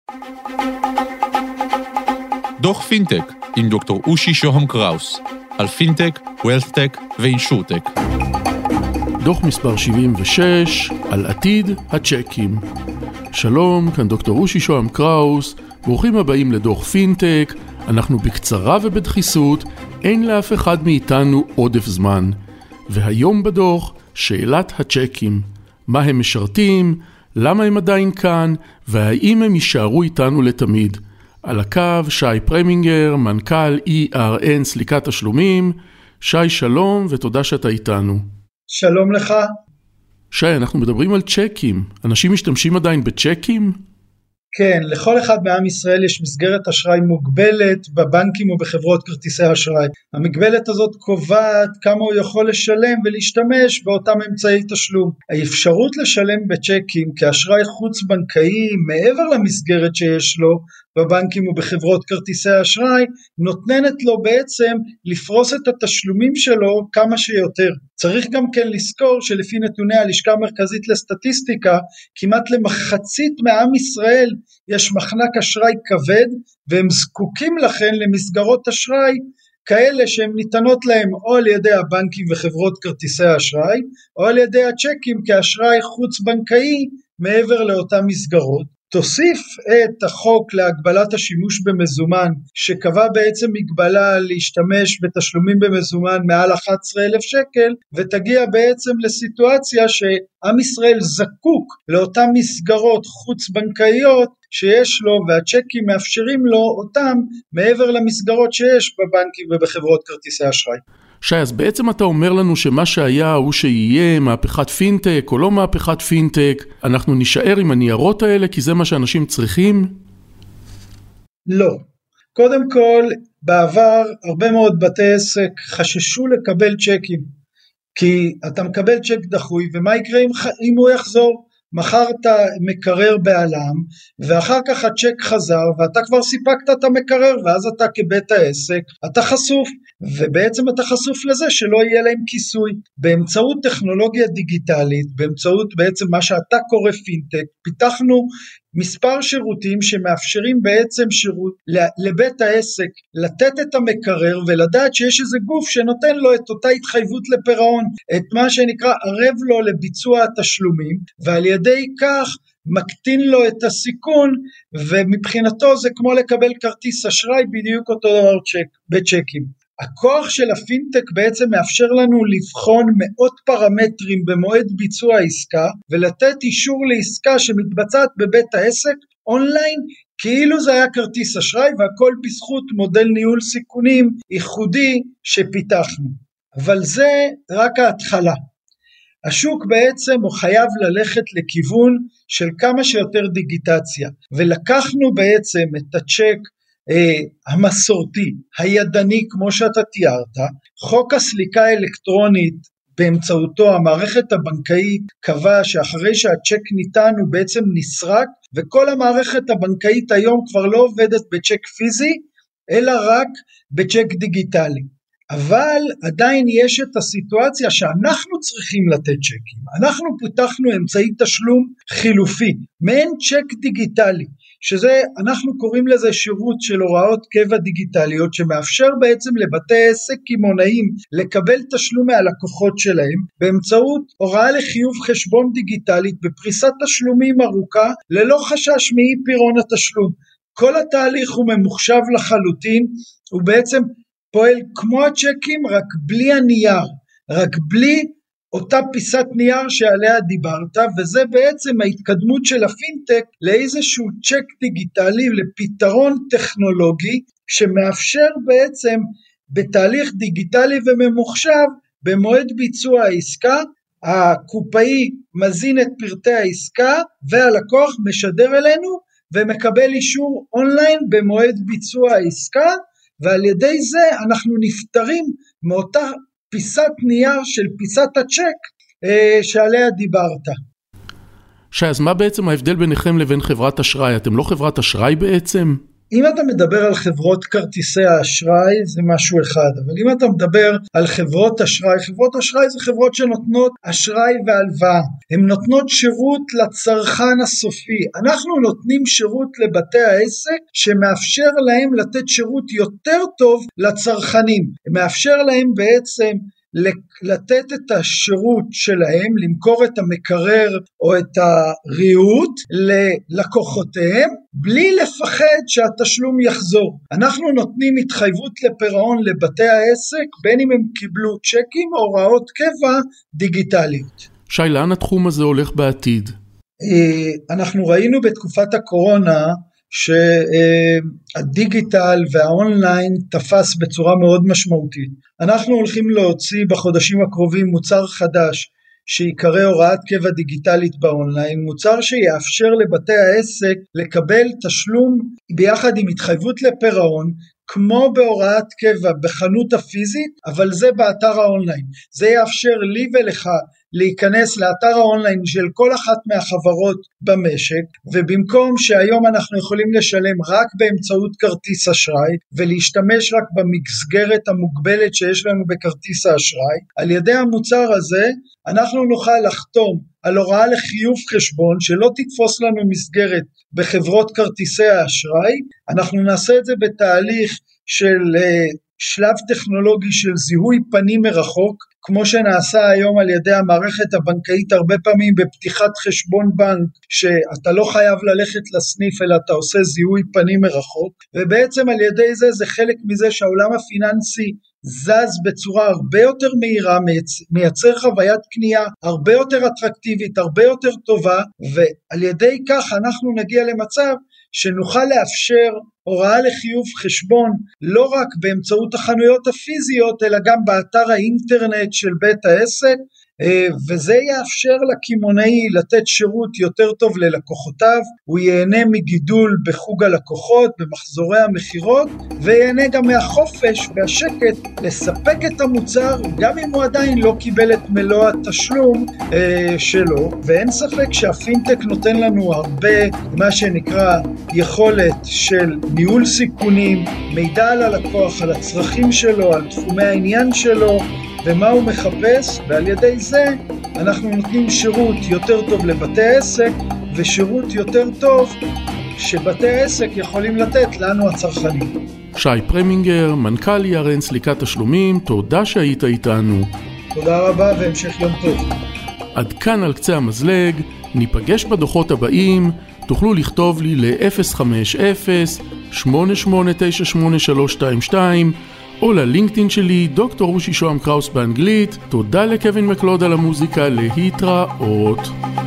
דוח פינטק עם דוקטור אושי שוהם קראוס על פינטק, ווילת'טק ואינשורטק. דוח מספר 76 על עתיד הצ'קים. שלום, כאן דוקטור אושי שוהם קראוס, ברוכים הבאים לדוח פינטק. אנחנו בקצרה ובדחיסות, אין לאף אחד מאיתנו עודף זמן. והיום בדוח, שאלת הצ'קים. מה הם משרתים, למה הם עדיין כאן, והאם הם יישארו איתנו לתמיד. על הקו, שי פרמינגר, מנכ"ל ERN סליקת תשלומים. שי, שלום ותודה שאתה איתנו. שלום לך. שי, אנחנו מדברים על צ'קים. אנשים משתמשים עדיין בצ'קים? כן, לכל אחד מעם ישראל יש מסגרת אשראי מוגבלת בבנקים ובחברות כרטיסי אשראי. המגבלת הזאת קובעת כמה הוא יכול לשלם ולהשתמש באותם אמצעי תשלום. האפשרות לשלם בצ'קים כאשראי חוץ בנקאי מעבר למסגרת שיש לו בבנקים ובחברות כרטיסי אשראי, נותנת לו בעצם לפרוס את התשלומים שלו כמה שיותר. צריך גם כן לזכור שלפי נתוני הלשכה המרכזית לסטטיסטיקה, כמעט למחצית מעם ישראל יש מחנק אשראי כבד, והם זקוקים לכן למסגרות אשראי כאלה שהן ניתנות להם או על ידי הבנקים וחברות כרטיסי האשראי, או על ידי הצ'קים כאשראי חוץ בנקאי מעבר לאותן מסגרות. תוסיף את החוק להגבלת השימוש במזומן, שקבע בעצם מגבלה להשתמש בתשלומים במזומן מעל 11,000 שקל, ותגיע בעצם לסיטואציה שעם ישראל זקוק לאותן מסגרות חוץ בנקאיות שיש לו, והצ'קים מאפשרים לו אותם מעבר למסגרות שיש בבנקים ובחברות כרטיסי אשראי. שי, אז בעצם אתה אומר לנו שמה שהיה הוא שיהיה מהפכת פינטק או לא מהפכת פינטק, אנחנו נשאר עם הניירות האלה כי זה מה שאנשים צריכים? לא. קודם כל, בעבר הרבה מאוד בתי עסק חששו לקבל צ'קים, כי אתה מקבל צ'ק דחוי, ומה יקרה אם הוא יחזור? מכרת מקרר בעלם, ואחר כך הצ'ק חזר, ואתה כבר סיפקת את המקרר, ואז אתה כבית העסק, אתה חשוף, ובעצם אתה חשוף לזה שלא יהיה להם כיסוי. באמצעות טכנולוגיה דיגיטלית, באמצעות בעצם מה שאתה קורא פינטק, פיתחנו מספר שירותים שמאפשרים בעצם שירות לבית העסק לתת את המקרר ולדעת שיש איזה גוף שנותן לו את אותה התחייבות לפירעון, את מה שנקרא ערב לו לביצוע התשלומים, ועל ידי כך מקטין לו את הסיכון, ומבחינתו זה כמו לקבל כרטיס אשראי, בדיוק אותו דבר בצ'קים. הכוח של הפינטק בעצם מאפשר לנו לבחון מאות פרמטרים במועד ביצוע העסקה, ולתת אישור לעסקה שמתבצעת בבית העסק אונליין, כאילו זה היה כרטיס אשראי, והכל בזכות מודל ניהול סיכונים ייחודי שפיתחנו. אבל זה רק ההתחלה. השוק בעצם הוא חייב ללכת לכיוון של כמה שיותר דיגיטציה, ולקחנו בעצם את הצ'ק המסורתי, הידני כמו שאתה תיארת. חוק הסליקה האלקטרונית באמצעותו המערכת הבנקאית קבע שאחרי שהצ'ק ניתן הוא בעצם נסרק, וכל המערכת הבנקאית היום כבר לא עובדת בצ'ק פיזי, אלא רק בצ'ק דיגיטלי. אבל עדיין יש את הסיטואציה שאנחנו צריכים לתת צ'קים. אנחנו פיתחנו אמצעי תשלום חילופי, מעין צ'ק דיגיטלי, שזה אנחנו קוראים לזה שירות של הוראות קבע דיגיטליות, שמאפשר בעצם לבתי עסק קמעונאים לקבל תשלום מהלקוחות שלהם, באמצעות הוראה לחיוב חשבון דיגיטלית בפריסת תשלומים ארוכה, ללא חשש מאי פירעון התשלום. כל התהליך הוא ממוחשב לחלוטין, הוא בעצם פועל כמו הצ'קים, רק בלי הנייר, רק בלי אותה פיסת נייר שעליה דיברת, וזה בעצם ההתקדמות של הפינטק לאיזשהו צ'ק דיגיטלי, לפתרון טכנולוגי שמאפשר בעצם בתהליך דיגיטלי וממוחשב במועד ביצוע העסקה, הקופאי מזין את פרטי העסקה והלקוח משדר אלינו ומקבל אישור אונליין במועד ביצוע העסקה, ועל ידי זה אנחנו נפטרים מאותה פיסת נייר של פיסת הצ'ק שעליה דיברת. שי, אז מה בעצם ההבדל ביניכם לבין חברת אשראי? אתם לא חברת אשראי בעצם? אם אתה מדבר על חברות כרטיסי האשראי זה משהו אחד, אבל אם אתה מדבר על חברות אשראי, חברות אשראי זה חברות שנותנות אשראי והלוואה, הן נותנות שירות לצרכן הסופי, אנחנו נותנים שירות לבתי העסק שמאפשר להם לתת שירות יותר טוב לצרכנים, מאפשר להם בעצם לתת את השירות שלהם, למכור את המקרר או את הריהוט ללקוחותיהם, בלי לפחד שהתשלום יחזור. אנחנו נותנים התחייבות לפירעון לבתי העסק, בין אם הם קיבלו צ'קים או הוראות קבע דיגיטליות. שי, לאן התחום הזה הולך בעתיד? אנחנו ראינו בתקופת הקורונה, שהדיגיטל והאונליין תפס בצורה מאוד משמעותית. אנחנו הולכים להוציא בחודשים הקרובים מוצר חדש שיקרא הוראת קבע דיגיטלית באונליין, מוצר שיאפשר לבתי העסק לקבל תשלום ביחד עם התחייבות לפירעון, כמו בהוראת קבע בחנות הפיזית, אבל זה באתר האונליין. זה יאפשר לי ולך להיכנס לאתר האונליין של כל אחת מהחברות במשק, ובמקום שהיום אנחנו יכולים לשלם רק באמצעות כרטיס אשראי, ולהשתמש רק במסגרת המוגבלת שיש לנו בכרטיס האשראי, על ידי המוצר הזה אנחנו נוכל לחתום על הוראה לחיוב חשבון שלא תתפוס לנו מסגרת בחברות כרטיסי האשראי, אנחנו נעשה את זה בתהליך של שלב טכנולוגי של זיהוי פנים מרחוק, כמו שנעשה היום על ידי המערכת הבנקאית הרבה פעמים בפתיחת חשבון בנק, שאתה לא חייב ללכת לסניף אלא אתה עושה זיהוי פנים מרחוק, ובעצם על ידי זה חלק מזה שהעולם הפיננסי זז בצורה הרבה יותר מהירה, מייצר חוויית קנייה הרבה יותר אטרקטיבית, הרבה יותר טובה, ועל ידי כך אנחנו נגיע למצב שנוכל לאפשר הוראה לחיוב חשבון לא רק באמצעות החנויות הפיזיות אלא גם באתר האינטרנט של בית העסק, וזה יאפשר לקמעונאי לתת שירות יותר טוב ללקוחותיו, הוא ייהנה מגידול בחוג הלקוחות, במחזורי המחירות, וייהנה גם מהחופש והשקט לספק את המוצר, גם אם הוא עדיין לא קיבל את מלוא התשלום שלו, ואין ספק שהפינטק נותן לנו הרבה, מה שנקרא יכולת של ניהול סיכונים, מידע על הלקוח, על הצרכים שלו, על תחומי העניין שלו, ומה הוא מחפש, ועל ידי זה אנחנו נותנים שירות יותר טוב לבתי העסק, ושירות יותר טוב שבתי העסק יכולים לתת לנו הצרכנים. שי פרמינגר, מנכ"ל ERN סליקת תשלומים, תודה שהיית איתנו. תודה רבה והמשך יום טוב. עד כאן על קצה המזלג, ניפגש בדוחות הבאים, תוכלו לכתוב לי ל-050-8898-322, או ללינקדאין שלי, דוקטור אושי שוהם קראוס באנגלית. תודה לקווין מקלוד על המוזיקה, להתראות.